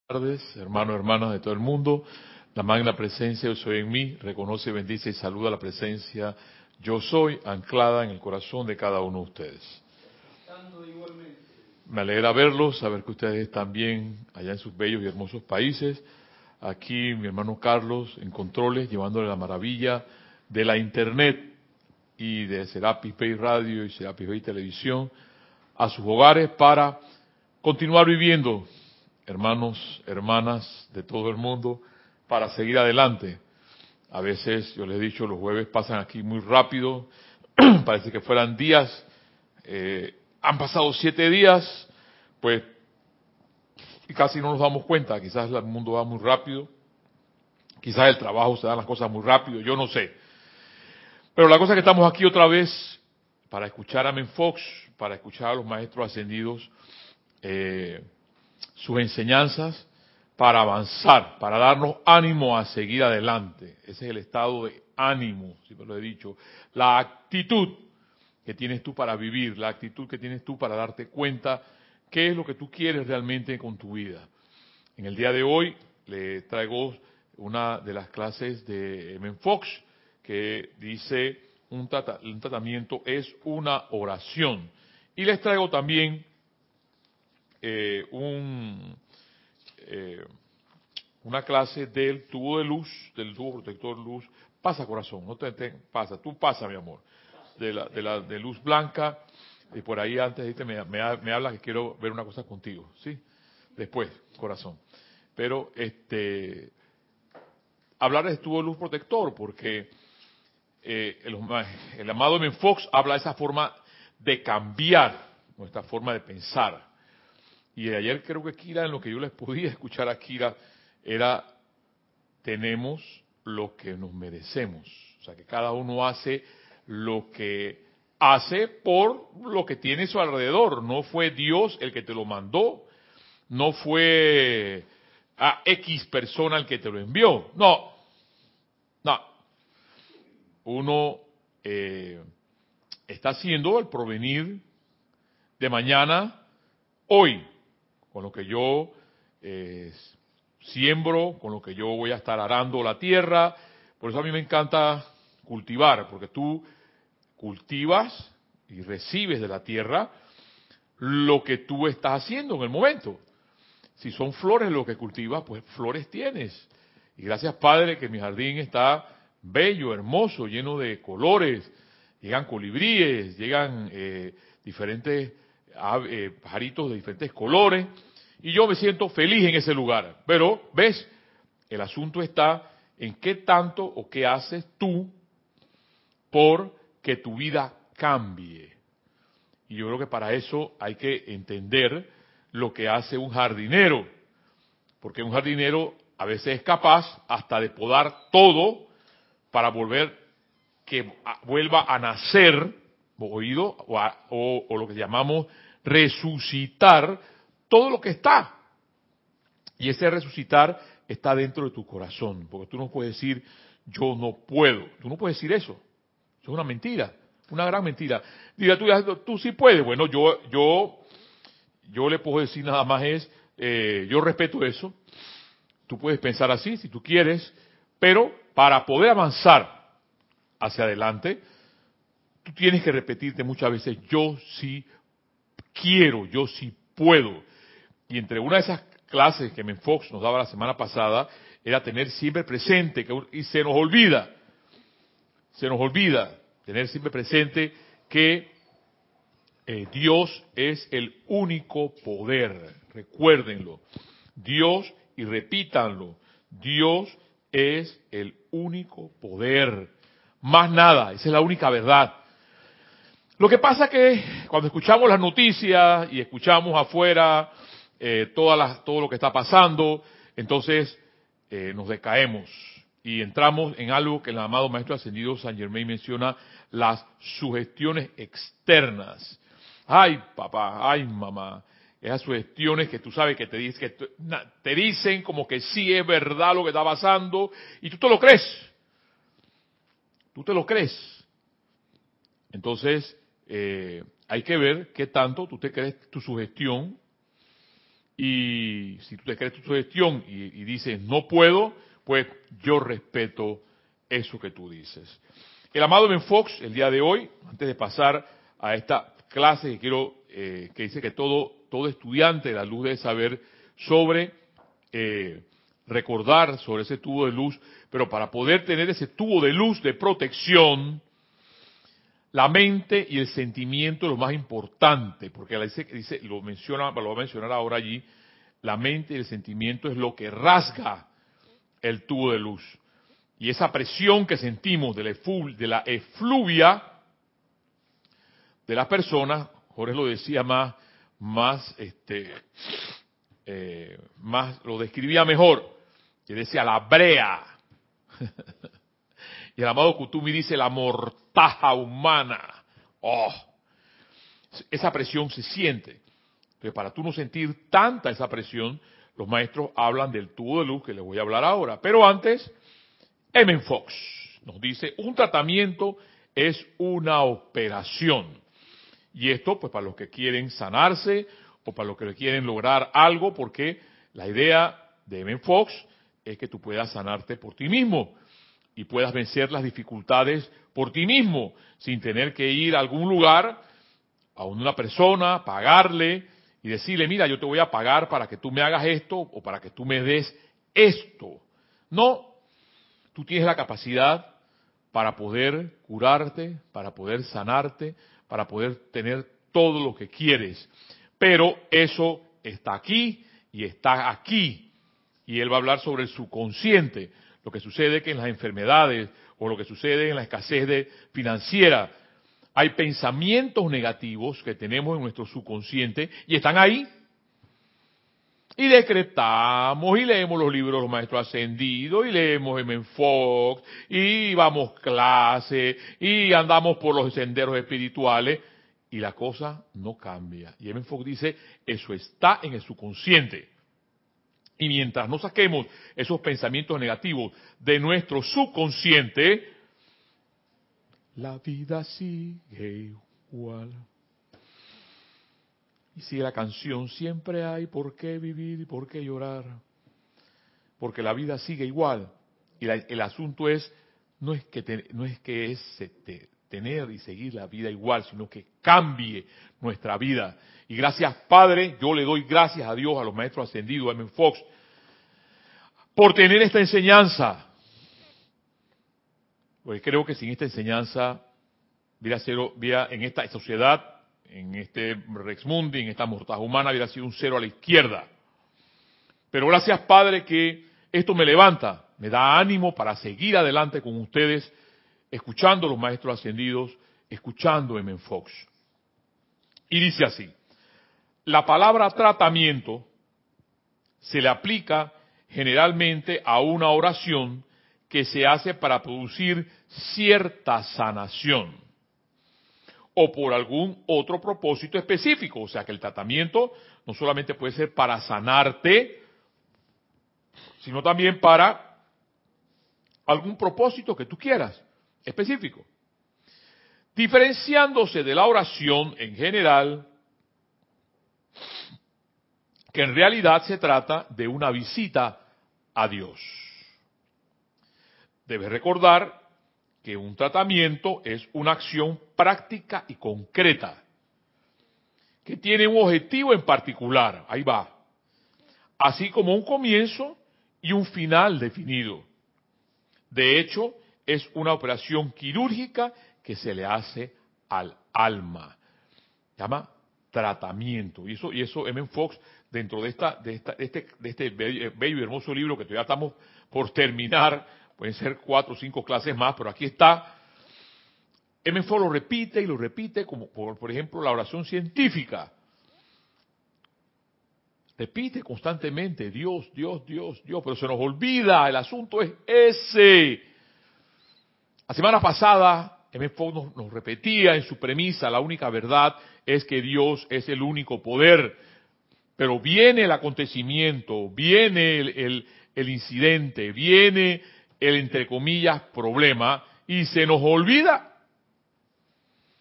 Tardes, hermanos, hermanas de todo el mundo. La magna presencia yo soy en mí, reconoce, bendice y saluda la presencia yo soy, anclada en el corazón de cada uno de ustedes. Me alegra verlos, saber que ustedes están bien allá en sus bellos y hermosos países. Aquí mi hermano Carlos en controles, llevándole la maravilla de la internet y de Serapis Bay Radio y Serapis Bay Televisión a sus hogares para continuar viviendo, hermanos, hermanas de todo el mundo, para seguir adelante. A veces, yo les he dicho, los jueves pasan aquí muy rápido, parece que fueran días, han pasado 7 días, pues, y casi no nos damos cuenta, quizás el mundo va muy rápido, quizás el trabajo se dan las cosas muy rápido, yo no sé. Pero la cosa es que estamos aquí otra vez para escuchar a Menfox, para escuchar a los maestros ascendidos, sus enseñanzas, para avanzar, para darnos ánimo a seguir adelante. Ese es el estado de ánimo, siempre lo he dicho. La actitud que tienes tú para vivir, la actitud que tienes tú para darte cuenta qué es lo que tú quieres realmente con tu vida. En el día de hoy le traigo una de las clases de Menfox que dice un tratamiento es una oración. Y les traigo también una clase del tubo de luz, del tubo protector de luz. Pasa, corazón, no pasa, tú pasa, mi amor, de luz blanca. Y por ahí antes me habla que quiero ver una cosa contigo, ¿sí? Después, corazón. Pero hablar de tubo de luz protector, porque el amado Menfox habla de esa forma de cambiar nuestra forma de pensar. Y ayer creo que Kira, en lo que yo les podía escuchar a Kira, era, tenemos lo que nos merecemos. O sea, que cada uno hace lo que hace por lo que tiene a su alrededor. No fue Dios el que te lo mandó, no fue a X persona el que te lo envió. No, no. Uno está haciendo el provenir de mañana, hoy, con lo que yo siembro, con lo que yo voy a estar arando la tierra. Por eso a mí me encanta cultivar, porque tú cultivas y recibes de la tierra lo que tú estás haciendo en el momento. Si son flores lo que cultivas, pues flores tienes. Y gracias, Padre, que mi jardín está bello, hermoso, lleno de colores. Llegan colibríes, llegan diferentes pajaritos de diferentes colores. Y yo me siento feliz en ese lugar. Pero, ¿ves? El asunto está en qué tanto o qué haces tú por que tu vida cambie. Y yo creo que para eso hay que entender lo que hace un jardinero. Porque un jardinero a veces es capaz hasta de podar todo para volver que vuelva a nacer, oído, o lo que llamamos resucitar todo lo que está. Y ese resucitar está dentro de tu corazón, porque tú no puedes decir, yo no puedo. Tú no puedes decir eso. Eso es una mentira, una gran mentira. Diga, tú sí puedes. Bueno, yo le puedo decir nada más yo respeto eso. Tú puedes pensar así si tú quieres, pero para poder avanzar hacia adelante, tú tienes que repetirte muchas veces, yo sí quiero, yo sí puedo. Y entre una de esas clases que Menfox nos daba la semana pasada, era tener siempre presente, y se nos olvida tener siempre presente que Dios es el único poder, recuérdenlo, Dios, y repítanlo, Dios es el único poder, más nada, esa es la única verdad. Lo que pasa es que cuando escuchamos las noticias y escuchamos afuera todo lo que está pasando, entonces nos decaemos y entramos en algo que el amado Maestro Ascendido Saint Germain menciona, las sugestiones externas. Ay, papá, ay, mamá, esas sugestiones que tú sabes que te dicen como que sí es verdad lo que está pasando y tú te lo crees. Tú te lo crees. Entonces, hay que ver qué tanto tú te crees tu sugestión Y si tú te crees tu sugestión y dices no puedo, pues yo respeto eso que tú dices. El amado Ben Fox, el día de hoy, antes de pasar a esta clase que quiero, que dice que todo estudiante de la luz debe saber sobre, recordar sobre ese tubo de luz, pero para poder tener ese tubo de luz de protección, la mente y el sentimiento es lo más importante, porque dice, lo va a mencionar ahora allí, la mente y el sentimiento es lo que rasga el tubo de luz. Y esa presión que sentimos de la efluvia de las personas, Jorge lo decía más lo describía mejor, que decía la brea. Y el amado Kutumi dice la mortaja humana. Oh, esa presión se siente. Entonces, para tú no sentir tanta esa presión, los maestros hablan del tubo de luz que les voy a hablar ahora. Pero antes, M. Fox nos dice, un tratamiento es una operación. Y esto, pues, para los que quieren sanarse o para los que quieren lograr algo, porque la idea de M. Fox es que tú puedas sanarte por ti mismo y puedas vencer las dificultades por ti mismo, sin tener que ir a algún lugar, a una persona, pagarle y decirle, mira, yo te voy a pagar para que tú me hagas esto o para que tú me des esto. No, tú tienes la capacidad para poder curarte, para poder sanarte, para poder tener todo lo que quieres. Pero eso está aquí y está aquí. Y él va a hablar sobre el subconsciente. Lo que sucede que en las enfermedades o lo que sucede en la escasez financiera, hay pensamientos negativos que tenemos en nuestro subconsciente y están ahí. Y decretamos y leemos los libros de los maestros ascendidos y leemos M. Fox y vamos clase y andamos por los senderos espirituales y la cosa no cambia. Y M. Fox dice, eso está en el subconsciente. Y mientras no saquemos esos pensamientos negativos de nuestro subconsciente, la vida sigue igual. Y sigue la canción, siempre hay por qué vivir y por qué llorar. Porque la vida sigue igual. Y el asunto es, no es que tener y seguir la vida igual, sino que cambie nuestra vida. Y gracias, Padre, yo le doy gracias a Dios, a los maestros ascendidos, a M. Fox, por tener esta enseñanza. Porque creo que sin esta enseñanza, en esta sociedad, en este Rex Mundi, en esta mortaja humana, hubiera sido un cero a la izquierda. Pero gracias, Padre, que esto me levanta, me da ánimo para seguir adelante con ustedes, escuchando a los maestros ascendidos, escuchando a M. Fox. Y dice así, la palabra tratamiento se le aplica generalmente a una oración que se hace para producir cierta sanación o por algún otro propósito específico. O sea que el tratamiento no solamente puede ser para sanarte, sino también para algún propósito que tú quieras, específico. Diferenciándose de la oración en general, que en realidad se trata de una visita a Dios. Debes recordar que un tratamiento es una acción práctica y concreta, que tiene un objetivo en particular, ahí va, así como un comienzo y un final definido. De hecho, es una operación quirúrgica que se le hace al alma. Se llama tratamiento. Y eso M. Fox, dentro de este bello y hermoso libro que todavía estamos por terminar, pueden ser 4 o 5 clases más, pero aquí está. M. Fox lo repite y lo repite, como por ejemplo la oración científica. Repite constantemente, Dios, Dios, Dios, Dios, pero se nos olvida, el asunto es ese. La semana pasada, M. Fox nos repetía en su premisa, la única verdad es que Dios es el único poder. Pero viene el acontecimiento, viene el incidente, viene el, entre comillas, problema, y se nos olvida.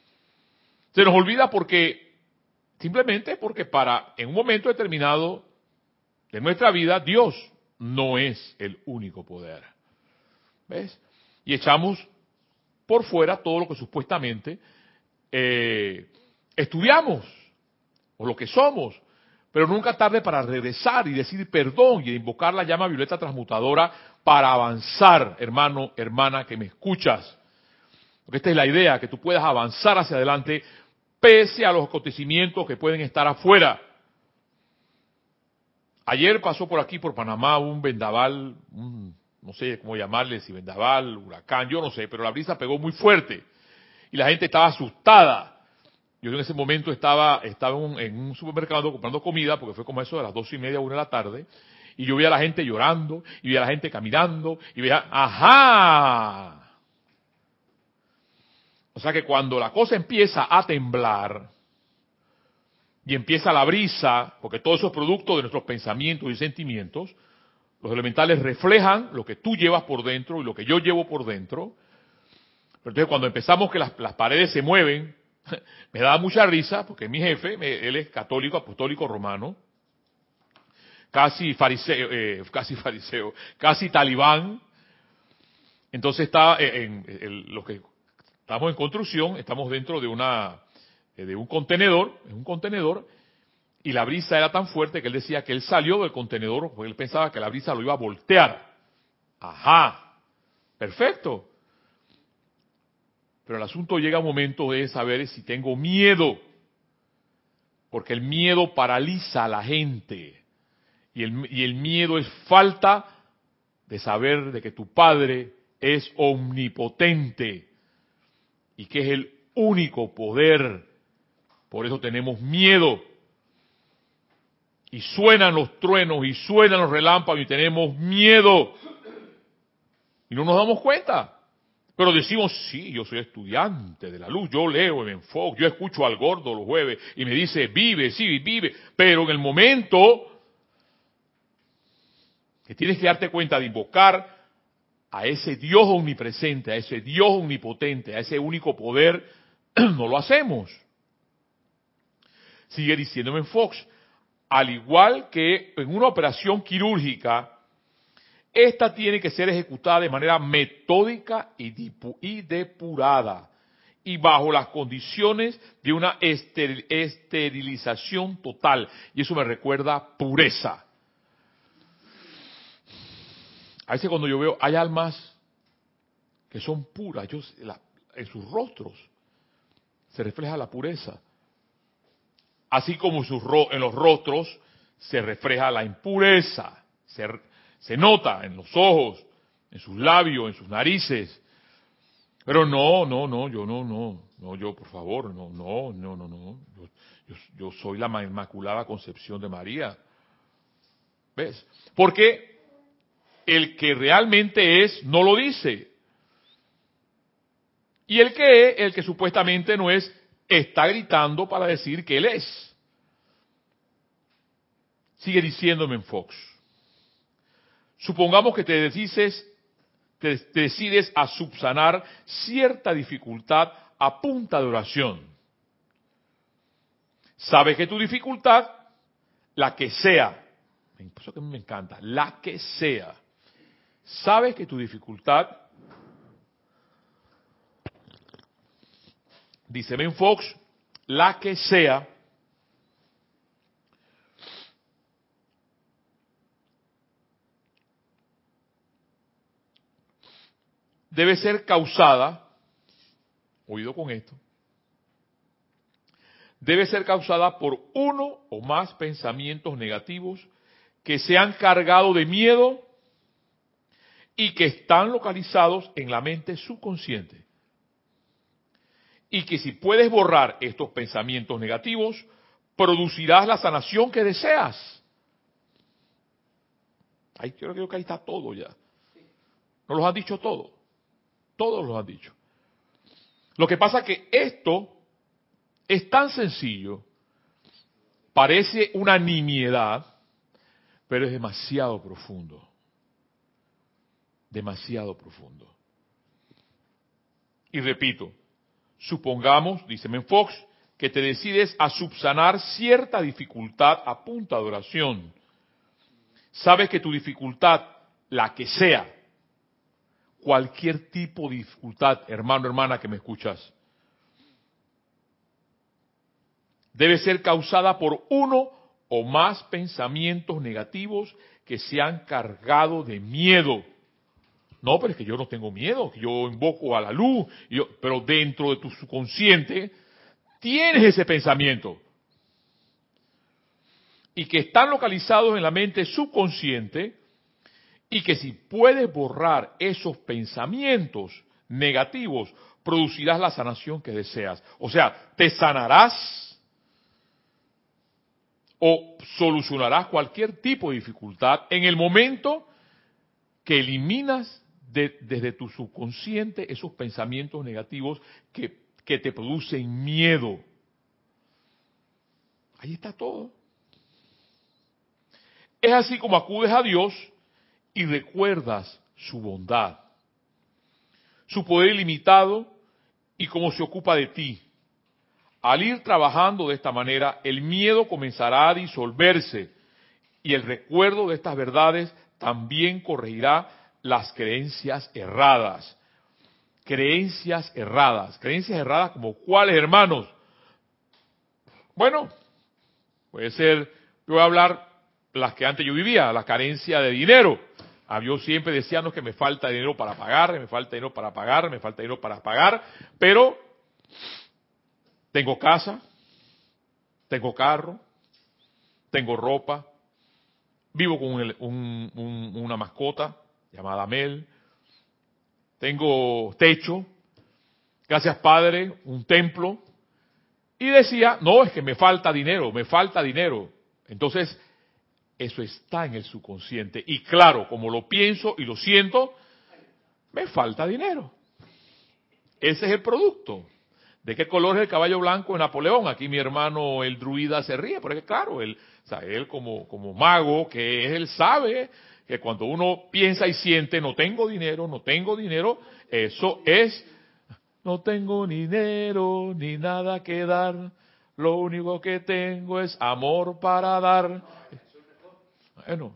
Se nos olvida simplemente porque en un momento determinado, de nuestra vida, Dios no es el único poder. ¿Ves? Y echamos por fuera todo lo que supuestamente estudiamos o lo que somos, pero nunca tarde para regresar y decir perdón y invocar la llama violeta transmutadora para avanzar, hermano, hermana, que me escuchas. Porque esta es la idea, que tú puedas avanzar hacia adelante pese a los acontecimientos que pueden estar afuera. Ayer pasó por aquí, por Panamá, un vendaval, no sé cómo llamarle, si vendaval, huracán, yo no sé, pero la brisa pegó muy fuerte y la gente estaba asustada. Yo en ese momento estaba en un supermercado comprando comida, porque fue como eso de las 2:30, 1 de la tarde, y yo veía a la gente llorando, y veía a la gente caminando, y veía, ¡ajá! O sea que cuando la cosa empieza a temblar, y empieza la brisa, porque todo eso es producto de nuestros pensamientos y sentimientos, los elementales reflejan lo que tú llevas por dentro y lo que yo llevo por dentro. Pero entonces cuando empezamos que las paredes se mueven, me daba mucha risa, porque mi jefe, él es católico, apostólico romano, casi fariseo, casi talibán. Entonces está los que estamos en construcción, estamos dentro de un contenedor, y la brisa era tan fuerte que él decía que él salió del contenedor porque él pensaba que la brisa lo iba a voltear. Ajá, perfecto. Pero el asunto llega a un momento de saber si tengo miedo, porque el miedo paraliza a la gente, y el miedo es falta de saber de que tu Padre es omnipotente y que es el único poder. Por eso tenemos miedo. Y suenan los truenos y suenan los relámpagos y tenemos miedo. Y no nos damos cuenta. Pero decimos, sí, yo soy estudiante de la luz, yo leo en Enfoque, yo escucho al gordo los jueves y me dice, vive, sí, vive. Pero en el momento que tienes que darte cuenta de invocar a ese Dios omnipresente, a ese Dios omnipotente, a ese único poder, no lo hacemos. Sigue diciéndome en Fox, al igual que en una operación quirúrgica, esta tiene que ser ejecutada de manera metódica y depurada, y bajo las condiciones de una esterilización total. Y eso me recuerda pureza. A veces cuando yo veo, hay almas que son puras, en sus rostros se refleja la pureza. Así como en los rostros se refleja la impureza, se nota en los ojos, en sus labios, en sus narices. Pero yo por favor, no. Yo soy la Inmaculada Concepción de María. ¿Ves? Porque el que realmente es, no lo dice. Y el que supuestamente no es, está gritando para decir que él es. Sigue diciéndome en Fox. Supongamos que te decides a subsanar cierta dificultad a punta de oración. Sabes que tu dificultad, la que sea, eso que a mí me encanta, la que sea, sabes que tu dificultad, dice Ben Fox, la que sea, debe ser causada, oído con esto, debe ser causada por uno o más pensamientos negativos que se han cargado de miedo y que están localizados en la mente subconsciente. Y que si puedes borrar estos pensamientos negativos, producirás la sanación que deseas. Ahí creo que ahí está todo ya. Nos los han dicho todo. Todos los han dicho. Lo que pasa es que esto es tan sencillo, parece una nimiedad, pero es demasiado profundo. Demasiado profundo. Y repito, supongamos, dice Fox, que te decides a subsanar cierta dificultad a punta de oración. Sabes que tu dificultad, la que sea, cualquier tipo de dificultad, hermano, hermana que me escuchas, debe ser causada por uno o más pensamientos negativos que se han cargado de miedo. No, pero es que yo no tengo miedo, que yo invoco a la luz, pero dentro de tu subconsciente tienes ese pensamiento. Y que están localizados en la mente subconsciente, y que si puedes borrar esos pensamientos negativos, producirás la sanación que deseas. O sea, te sanarás o solucionarás cualquier tipo de dificultad en el momento que eliminas desde tu subconsciente esos pensamientos negativos que te producen miedo. Ahí está todo. Es así como acudes a Dios y recuerdas su bondad, su poder ilimitado y cómo se ocupa de ti. Al ir trabajando de esta manera, el miedo comenzará a disolverse y el recuerdo de estas verdades también corregirá las creencias erradas. Creencias erradas como cuáles, hermanos. Bueno, puede ser, yo voy a hablar las que antes yo vivía, la carencia de dinero. Yo siempre decía, no, que me falta dinero para pagar, me falta dinero para pagar, me falta dinero para pagar, pero tengo casa, tengo carro, tengo ropa, vivo con una mascota llamada Mel, tengo techo, gracias Padre, un templo, y decía, no, es que me falta dinero, me falta dinero. Entonces, eso está en el subconsciente. Y claro, como lo pienso y lo siento, me falta dinero. Ese es el producto. ¿De qué color es el caballo blanco de Napoleón? Aquí mi hermano el druida se ríe, porque claro, él como mago, que es, él sabe que cuando uno piensa y siente, no tengo dinero, eso es, no tengo ni dinero, ni nada que dar, lo único que tengo es amor para dar. Bueno,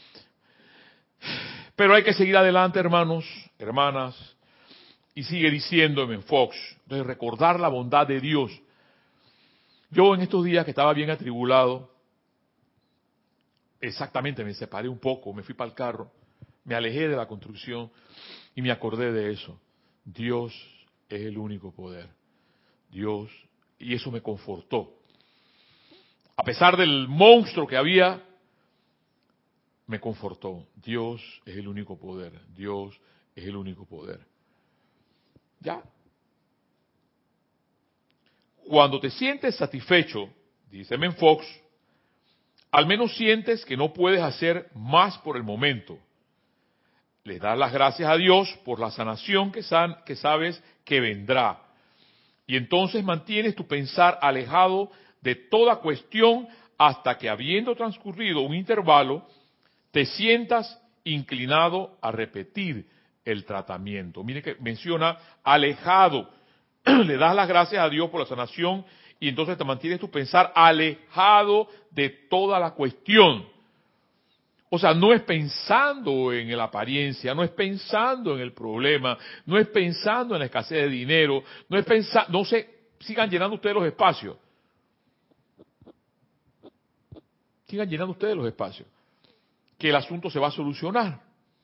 pero hay que seguir adelante, hermanos, hermanas, y sigue diciéndome Fox, de recordar la bondad de Dios. Yo en estos días que estaba bien atribulado, exactamente me separé un poco, me fui para el carro, me alejé de la construcción y me acordé de eso. Dios es el único poder. Dios, y eso me confortó. A pesar del monstruo que había, me confortó. Dios es el único poder. Dios es el único poder. Ya. Cuando te sientes satisfecho, dice Men Fox, al menos sientes que no puedes hacer más por el momento. Le das las gracias a Dios por la sanación que sabes que vendrá. Y entonces mantienes tu pensar alejado de toda cuestión hasta que, habiendo transcurrido un intervalo, te sientas inclinado a repetir el tratamiento. Mire que menciona alejado. Le das las gracias a Dios por la sanación y entonces te mantienes tu pensar alejado de toda la cuestión. O sea, no es pensando en la apariencia, no es pensando en el problema, no es pensando en la escasez de dinero, no es pensando, no se sigan llenando ustedes los espacios. Sigan llenando ustedes los espacios. Que el asunto se va a solucionar.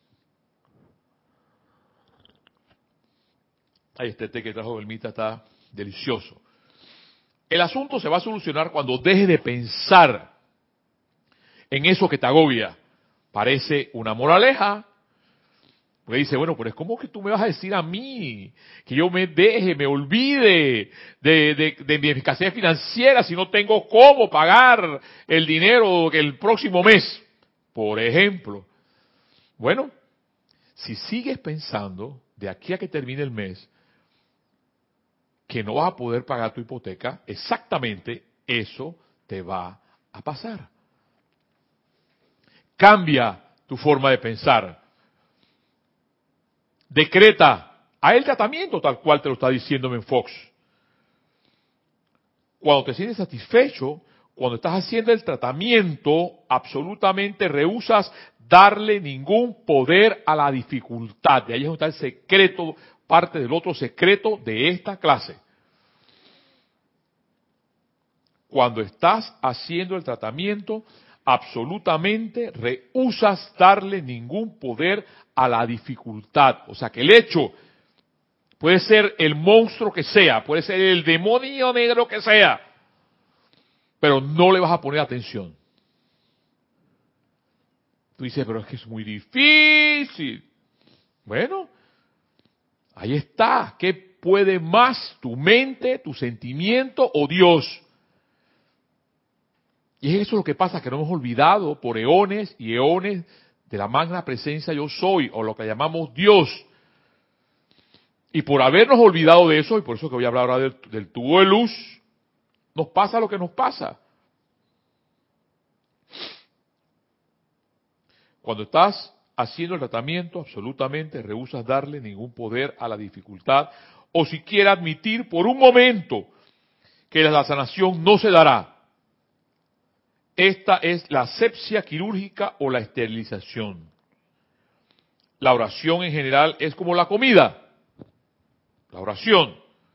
Ay, este té que trajo Belmita está delicioso. El asunto se va a solucionar cuando dejes de pensar en eso que te agobia. Parece una moraleja. Porque dice, bueno, pero es como que tú me vas a decir a mí que yo me deje, me olvide de mi escasez financiera si no tengo cómo pagar el dinero el próximo mes. Por ejemplo. Bueno, si sigues pensando de aquí a que termine el mes que no vas a poder pagar tu hipoteca, exactamente eso te va a pasar. Cambia tu forma de pensar. Decreta a el tratamiento tal cual te lo está diciendo Men Fox. Cuando te sientes satisfecho, cuando estás haciendo el tratamiento, absolutamente rehusas darle ningún poder a la dificultad. De ahí es donde está el secreto, parte del otro secreto de esta clase. Cuando estás haciendo el tratamiento, absolutamente rehusas darle ningún poder a la dificultad. O sea que el hecho puede ser el monstruo que sea, puede ser el demonio negro que sea, pero no le vas a poner atención. Tú dices, pero es que es muy difícil. Bueno, ahí está. ¿Qué puede más? ¿Tu mente, tu sentimiento o Dios? Y es eso lo que pasa, que nos hemos olvidado por eones y eones de la magna presencia yo soy, o lo que llamamos Dios. Y por habernos olvidado de eso, y por eso que voy a hablar ahora del tubo de luz, nos pasa lo que nos pasa. Cuando estás haciendo el tratamiento, absolutamente rehusas darle ningún poder a la dificultad, o siquiera admitir por un momento que la sanación no se dará. Esta es la asepsia quirúrgica o la esterilización. La oración en general es como la comida. La oración.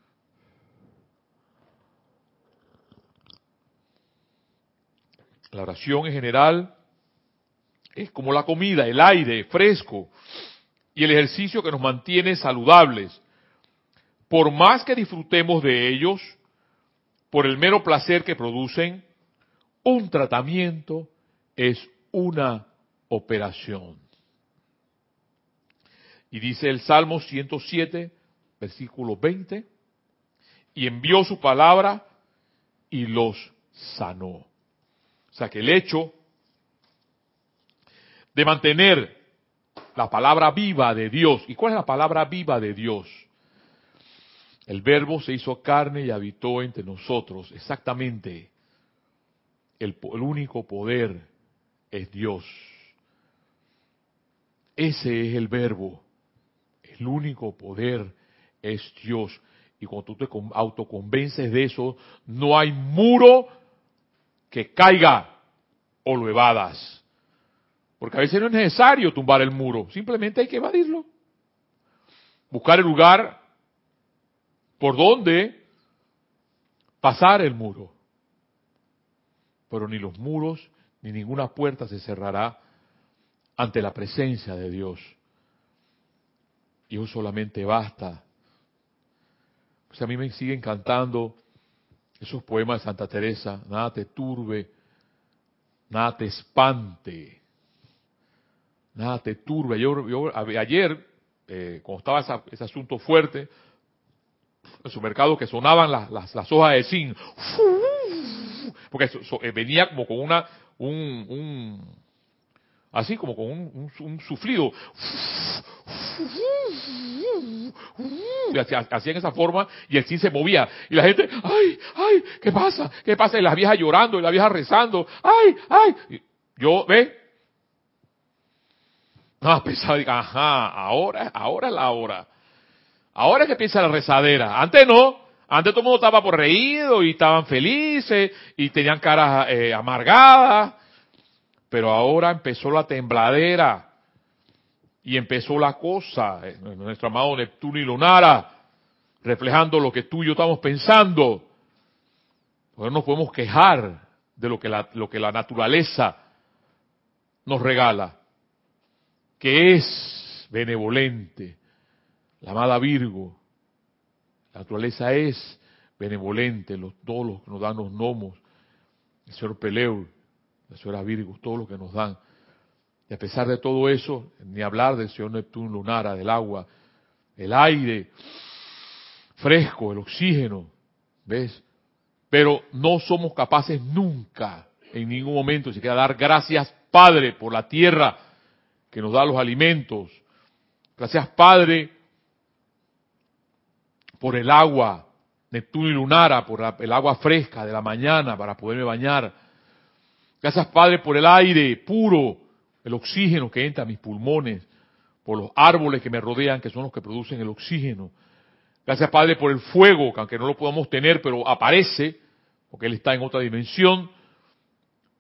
La oración en general es como la comida, el aire fresco y el ejercicio que nos mantiene saludables. Por más que disfrutemos de ellos, por el mero placer que producen, un tratamiento es una operación. Y dice el Salmo 107, versículo 20, y envió su palabra y los sanó. O sea que el hecho de mantener la palabra viva de Dios. ¿Y cuál es la palabra viva de Dios? El Verbo se hizo carne y habitó entre nosotros. Exactamente. El único poder es Dios. Ese es el Verbo. El único poder es Dios. Y cuando tú te autoconvences de eso, no hay muro que caiga o lo evadas. Porque a veces no es necesario tumbar el muro, simplemente hay que evadirlo. Buscar el lugar por donde pasar el muro. Pero ni los muros ni ninguna puerta se cerrará ante la presencia de Dios. Y eso solamente basta. Pues a mí me siguen cantando esos poemas de Santa Teresa: nada te turbe, nada te espante, nada te turbe. Ayer, cuando estaba ese asunto fuerte, en el supermercado, que sonaban las hojas de zinc, porque venía como con así como con un suflido, y hacían esa forma y el zinc se movía y la gente, ay, ¿qué pasa? Y las viejas llorando y las viejas rezando, ay, y yo, no, pensaba, ajá, ahora es la hora. Ahora es que empieza la rezadera. Antes no. Antes todo el mundo estaba por reído y estaban felices y tenían caras amargadas. Pero ahora empezó la tembladera y empezó la cosa. Nuestro amado Neptuno y Lunara, reflejando lo que tú y yo estamos pensando. No nos podemos quejar de lo que la naturaleza nos regala, que es benevolente. La amada Virgo, la naturaleza es benevolente, todos los que nos dan los gnomos, el señor Peleu, la señora Virgo, todo lo que nos dan. Y a pesar de todo eso, ni hablar del señor Neptuno Lunara, del agua, el aire fresco, el oxígeno, ¿ves? Pero no somos capaces nunca, en ningún momento, siquiera dar gracias, Padre, por la tierra que nos da los alimentos. Gracias, Padre, por el agua, Neptuno y Lunara, por el agua fresca de la mañana para poderme bañar. Gracias, Padre, por el aire puro, el oxígeno que entra a mis pulmones, por los árboles que me rodean, que son los que producen el oxígeno. Gracias, Padre, por el fuego, que aunque no lo podamos tener, pero aparece, porque Él está en otra dimensión,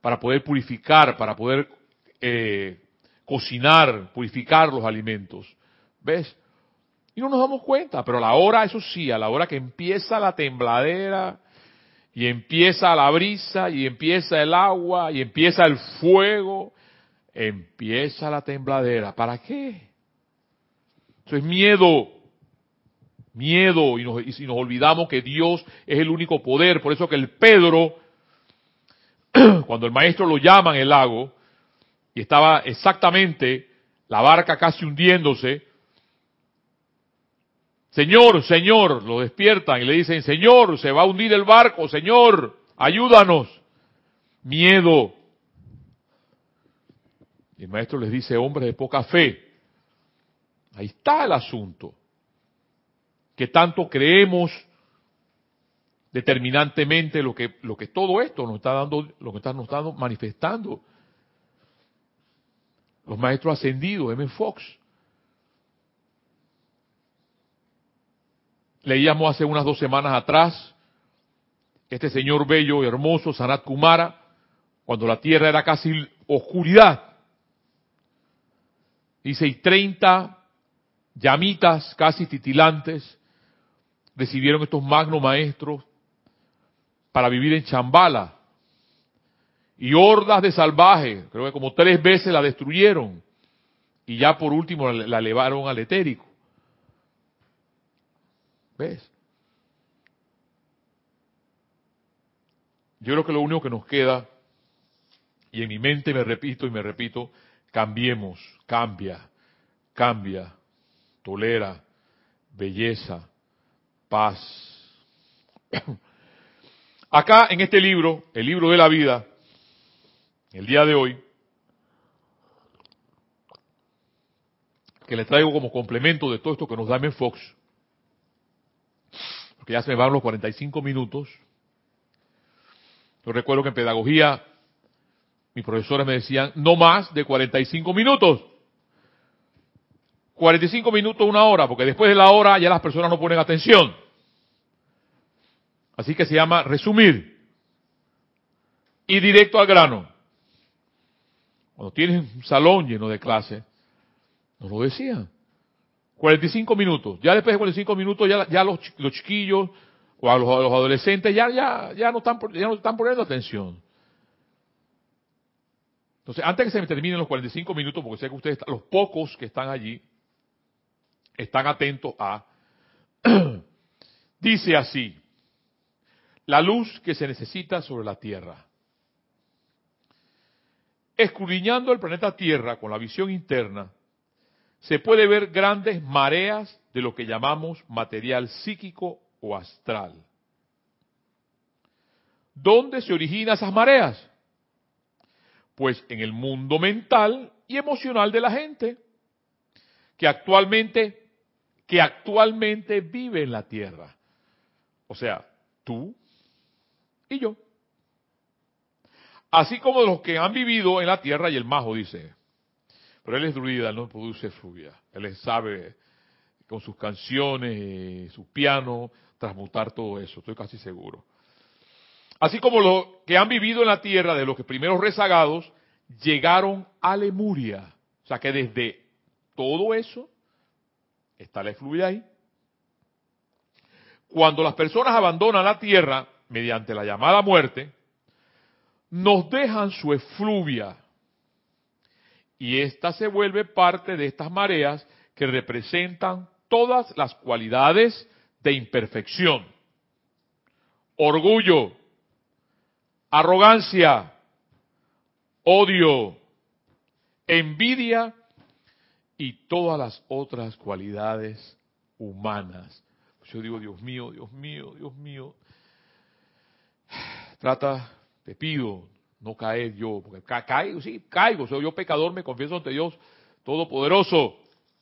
para poder purificar, para poder cocinar, purificar los alimentos. ¿Ves? Y no nos damos cuenta, pero a la hora, eso sí, a la hora que empieza la tembladera, y empieza la brisa, y empieza el agua, y empieza el fuego, empieza la tembladera. ¿Para qué? Eso es miedo. Miedo, y si nos olvidamos que Dios es el único poder. Por eso que el Pedro, cuando el maestro lo llama en el lago, y estaba exactamente la barca casi hundiéndose, Señor, Señor, lo despiertan y le dicen, Señor, se va a hundir el barco, Señor, ayúdanos. Miedo. Y el maestro les dice, hombres de poca fe. Ahí está el asunto. Que tanto creemos determinantemente lo que todo esto nos está dando, lo que nos está manifestando. Los maestros ascendidos, M. Fox. Leíamos hace unas 2 semanas atrás, este señor bello y hermoso, Sanat Kumara, cuando la tierra era casi oscuridad. Dice, y 30 llamitas casi titilantes recibieron estos magnos maestros para vivir en Chambala. Y hordas de salvajes, creo que como 3 veces la destruyeron. Y ya por último la elevaron al etérico. ¿Ves? Yo creo que lo único que nos queda, y en mi mente me repito, cambiemos, cambia, tolera, belleza, paz. Acá en este libro, el libro de la vida, el día de hoy, que le traigo como complemento de todo esto que nos da M. Fox, porque ya se me van los 45 minutos. Yo recuerdo que en pedagogía mis profesores me decían, no más de 45 minutos. 45 minutos, 1 hora, porque después de la hora ya las personas no ponen atención. Así que se llama resumir y directo al grano. Cuando tienes un salón lleno de clases, nos lo decían. 45 minutos. Ya después de 45 minutos ya los chiquillos o a los adolescentes ya no están poniendo atención. Entonces, antes que se me terminen los 45 minutos, porque sé que ustedes, los pocos que están allí, están atentos a... Dice así, la luz que se necesita sobre la Tierra. Escudriñando el planeta Tierra con la visión interna, se puede ver grandes mareas de lo que llamamos material psíquico o astral. ¿Dónde se originan esas mareas? Pues en el mundo mental y emocional de la gente que actualmente vive en la Tierra. O sea, tú y yo. Así como los que han vivido en la Tierra, y el majo dice, pero él es druida, él no produce fluya. Él sabe con sus canciones, su piano, transmutar todo eso, estoy casi seguro. Así como los que han vivido en la Tierra, de los que primeros rezagados, llegaron a Lemuria. O sea que desde todo eso está la efluvia ahí. Cuando las personas abandonan la Tierra, mediante la llamada muerte, nos dejan su efluvia. Y esta se vuelve parte de estas mareas que representan todas las cualidades de imperfección. Orgullo, arrogancia, odio, envidia y todas las otras cualidades humanas. Yo digo, Dios mío, Dios mío, Dios mío. Te pido, no caer yo, porque caigo, soy yo pecador, me confieso ante Dios Todopoderoso.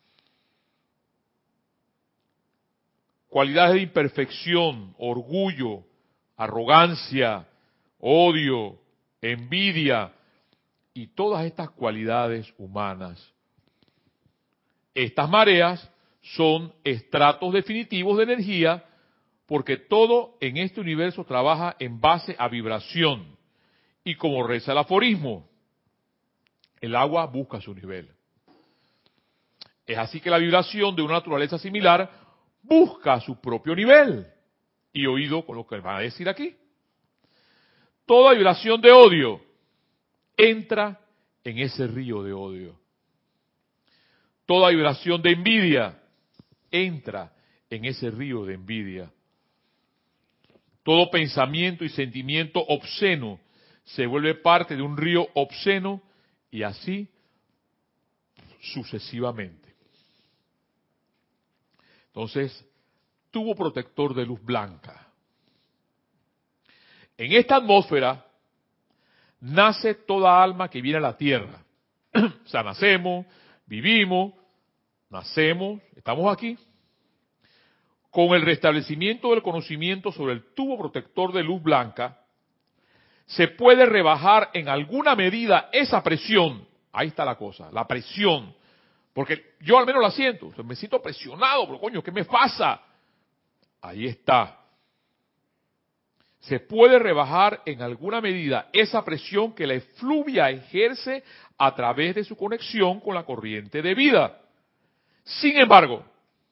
Cualidades de imperfección, orgullo, arrogancia, odio, envidia y todas estas cualidades humanas. Estas mareas son estratos definitivos de energía porque todo en este universo trabaja en base a vibración Y como reza el aforismo, el agua busca su nivel. Es así que la vibración de una naturaleza similar busca su propio nivel. Y oído con lo que van a decir aquí. Toda vibración de odio entra en ese río de odio. Toda vibración de envidia entra en ese río de envidia. Todo pensamiento y sentimiento obsceno se vuelve parte de un río obsceno y así sucesivamente. Entonces, tubo protector de luz blanca. En esta atmósfera nace toda alma que viene a la tierra. O sea, nacemos, vivimos, estamos aquí. Con el restablecimiento del conocimiento sobre el tubo protector de luz blanca, se puede rebajar en alguna medida esa presión. Ahí está la cosa, la presión. Porque yo al menos la siento, o sea, me siento presionado, pero coño, ¿qué me pasa? Ahí está. Se puede rebajar en alguna medida esa presión que la efluvia ejerce a través de su conexión con la corriente de vida. Sin embargo,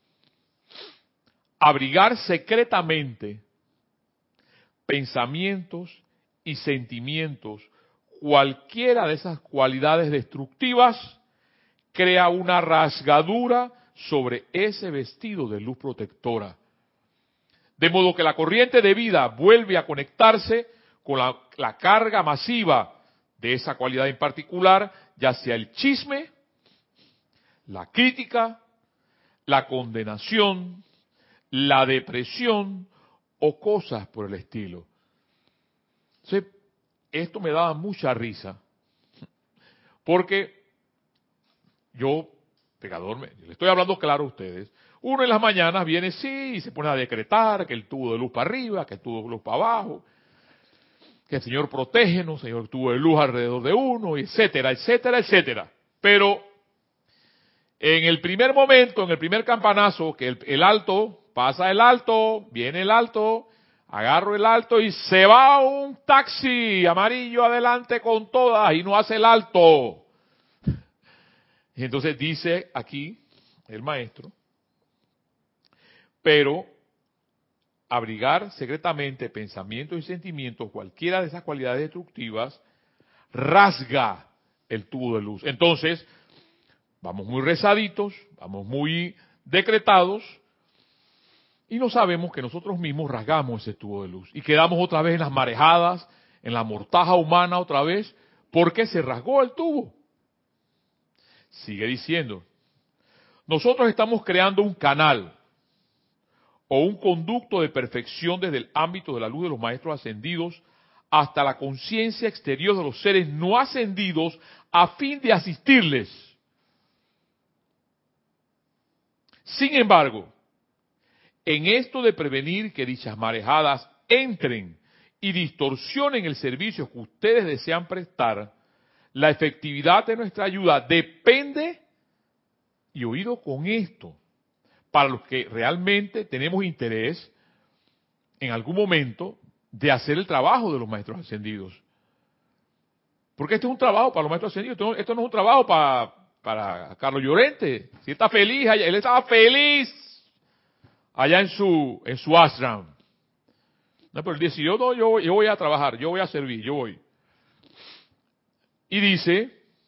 abrigar secretamente pensamientos y sentimientos, cualquiera de esas cualidades destructivas, crea una rasgadura sobre ese vestido de luz protectora. De modo que la corriente de vida vuelve a conectarse con la carga masiva de esa cualidad en particular, ya sea el chisme, la crítica, la condenación, la depresión o cosas por el estilo. Entonces, esto me daba mucha risa, porque yo, pecador, le estoy hablando claro a ustedes. Uno en las mañanas viene, sí, y se pone a decretar que el tubo de luz para arriba, que el tubo de luz para abajo, que el Señor protégenos, Señor, tubo de luz alrededor de uno, etcétera, etcétera, etcétera. Pero en el primer momento, en el primer campanazo, que el alto, pasa el alto, viene el alto, agarro el alto y se va un taxi amarillo adelante con todas y no hace el alto. Y entonces dice aquí el maestro, pero abrigar secretamente pensamientos y sentimientos, cualquiera de esas cualidades destructivas, rasga el tubo de luz. Entonces, vamos muy rezaditos, vamos muy decretados, y no sabemos que nosotros mismos rasgamos ese tubo de luz. Y quedamos otra vez en las marejadas, en la mortaja humana otra vez, porque se rasgó el tubo. Sigue diciendo, nosotros estamos creando un canal o un conducto de perfección desde el ámbito de la luz de los maestros ascendidos hasta la conciencia exterior de los seres no ascendidos a fin de asistirles. Sin embargo, en esto de prevenir que dichas marejadas entren y distorsionen el servicio que ustedes desean prestar, la efectividad de nuestra ayuda depende, y oído con esto, para los que realmente tenemos interés en algún momento de hacer el trabajo de los maestros ascendidos. Porque este es un trabajo para los maestros ascendidos, esto no es un trabajo para Carlos Llorente. Si está feliz, él estaba feliz allá en su ashram. No, pero él dice, yo voy a trabajar, yo voy a servir, yo voy. Y dice,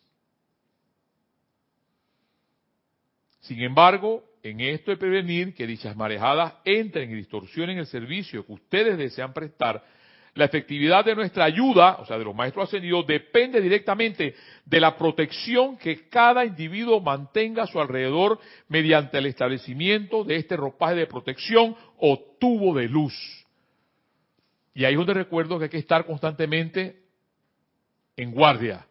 sin embargo, en esto de prevenir que dichas marejadas entren y distorsionen el servicio que ustedes desean prestar, la efectividad de nuestra ayuda, o sea, de los maestros ascendidos, depende directamente de la protección que cada individuo mantenga a su alrededor mediante el establecimiento de este ropaje de protección o tubo de luz. Y ahí es donde recuerdo que hay que estar constantemente en guardia.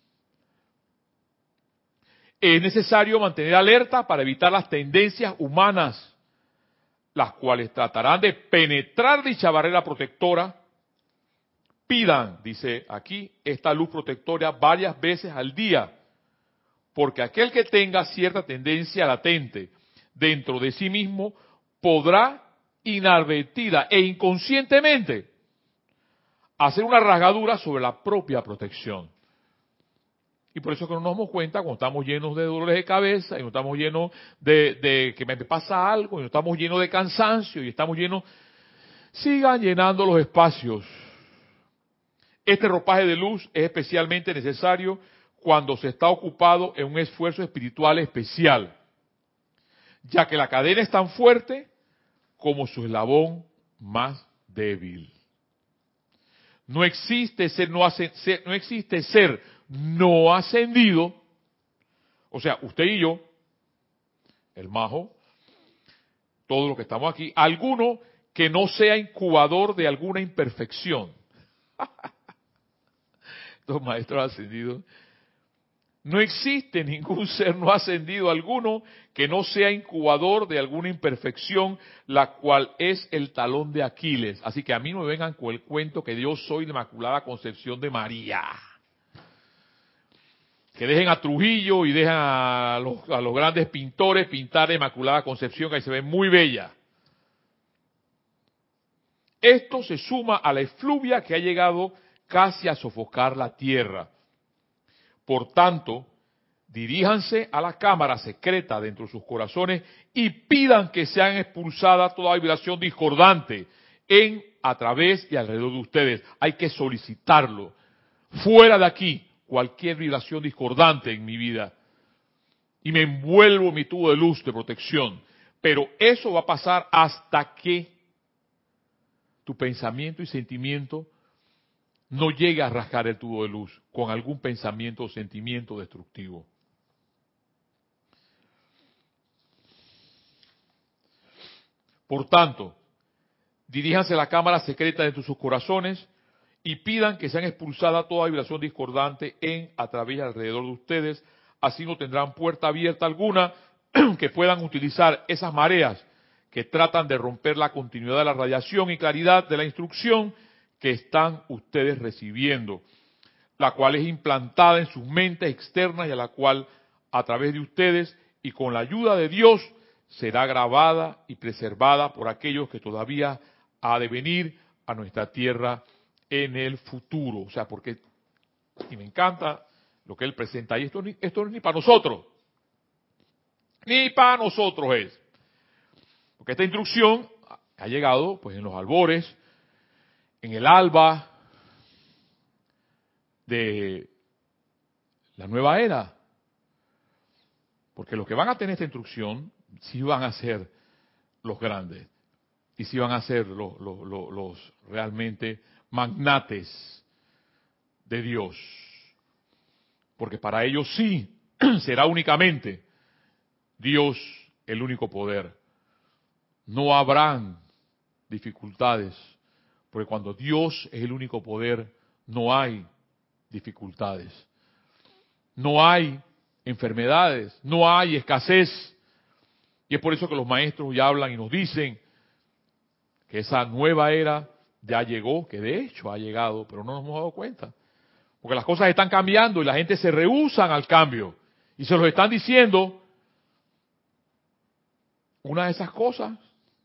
Es necesario mantener alerta para evitar las tendencias humanas, las cuales tratarán de penetrar dicha barrera protectora. Pidan, dice aquí, esta luz protectora varias veces al día, porque aquel que tenga cierta tendencia latente dentro de sí mismo podrá inadvertida e inconscientemente hacer una rasgadura sobre la propia protección. Y por eso es que no nos damos cuenta cuando estamos llenos de dolores de cabeza, y no estamos llenos de que me pasa algo, y no estamos llenos de cansancio, y estamos llenos... Sigan llenando los espacios. Este ropaje de luz es especialmente necesario cuando se está ocupado en un esfuerzo espiritual especial, ya que la cadena es tan fuerte como su eslabón más débil. No existe ser no ascendido, o sea, usted y yo, el majo, todos los que estamos aquí, alguno que no sea incubador de alguna imperfección. Estos maestros ascendidos. No existe ningún ser no ascendido alguno que no sea incubador de alguna imperfección, la cual es el talón de Aquiles. Así que a mí no me vengan con el cuento que yo soy la Inmaculada Concepción de María. Que dejen a Trujillo y dejen a los grandes pintores pintar la Inmaculada Concepción, que ahí se ve muy bella. Esto se suma a la efluvia que ha llegado casi a sofocar la tierra. Por tanto, diríjanse a la cámara secreta dentro de sus corazones y pidan que sean expulsada toda vibración discordante en, a través y alrededor de ustedes. Hay que solicitarlo. Fuera de aquí, cualquier vibración discordante en mi vida. Y me envuelvo en mi tubo de luz de protección. Pero eso va a pasar hasta que tu pensamiento y sentimiento no llegue a rasgar el tubo de luz con algún pensamiento o sentimiento destructivo. Por tanto, diríjanse a la cámara secreta de sus corazones y pidan que sean expulsada toda vibración discordante en, a través y alrededor de ustedes. Así no tendrán puerta abierta alguna que puedan utilizar esas mareas que tratan de romper la continuidad de la radiación y claridad de la instrucción que están ustedes recibiendo, la cual es implantada en sus mentes externas y a la cual, a través de ustedes y con la ayuda de Dios, será grabada y preservada por aquellos que todavía ha de venir a nuestra tierra en el futuro. O sea, porque, y me encanta lo que él presenta ahí, esto no es ni para nosotros, ni para nosotros es. Porque esta instrucción ha llegado pues en los albores, en el alba de la nueva era. Porque los que van a tener esta instrucción sí van a ser los grandes. Y sí van a ser los realmente magnates de Dios. Porque para ellos sí será únicamente Dios el único poder. No habrán dificultades. Porque cuando Dios es el único poder, no hay dificultades. No hay enfermedades, no hay escasez. Y es por eso que los maestros ya hablan y nos dicen que esa nueva era ya llegó, que de hecho ha llegado, pero no nos hemos dado cuenta. Porque las cosas están cambiando y la gente se rehúsan al cambio. Y se los están diciendo. Una de esas cosas,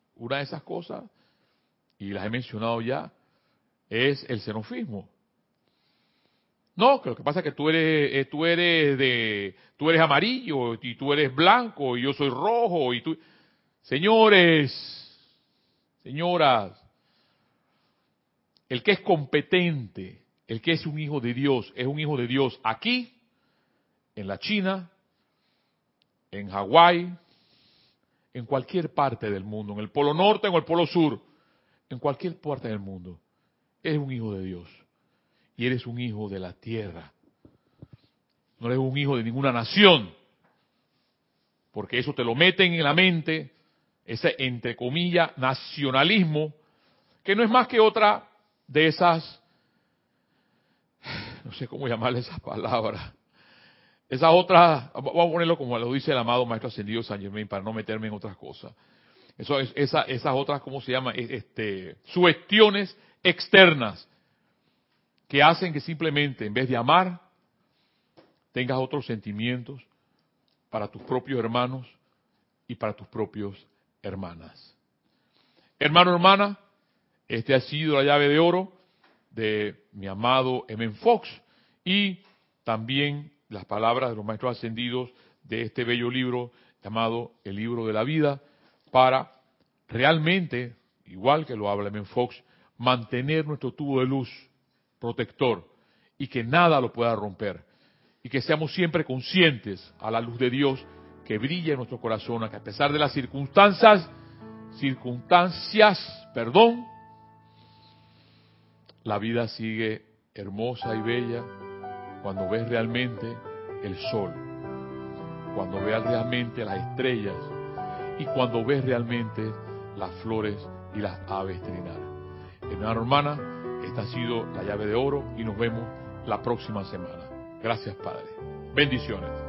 y las he mencionado ya, es el xenofismo. No, que lo que pasa es que tú eres amarillo y tú eres blanco y yo soy rojo y tú, señores, señoras, el que es competente, el que es un hijo de Dios, es un hijo de Dios aquí, en la China, en Hawái, en cualquier parte del mundo, en el Polo Norte o en el Polo Sur, en cualquier parte del mundo, eres un hijo de Dios. Y eres un hijo de la tierra. No eres un hijo de ninguna nación. Porque eso te lo meten en la mente, ese entre comillas nacionalismo, que no es más que otra de esas, no sé cómo llamarle esas palabras, esas otras, vamos a ponerlo como lo dice el amado Maestro Ascendido San Germain para no meterme en otras cosas. Eso es, esas otras, ¿cómo se llama? Sugestiones externas que hacen que simplemente, en vez de amar, tengas otros sentimientos para tus propios hermanos y para tus propias hermanas. Hermano, hermana, este ha sido la llave de oro de mi amado M. Fox y también las palabras de los maestros ascendidos de este bello libro llamado El Libro de la Vida, para realmente, igual que lo habla M. Fox, mantener nuestro tubo de luz protector y que nada lo pueda romper, y que seamos siempre conscientes a la luz de Dios que brilla en nuestro corazón, a que a pesar de las circunstancias, la vida sigue hermosa y bella cuando ves realmente el sol, cuando ves realmente las estrellas y cuando ves realmente las flores y las aves trinar. Hermano, hermana, esta ha sido la llave de oro y nos vemos la próxima semana. Gracias, Padre. Bendiciones.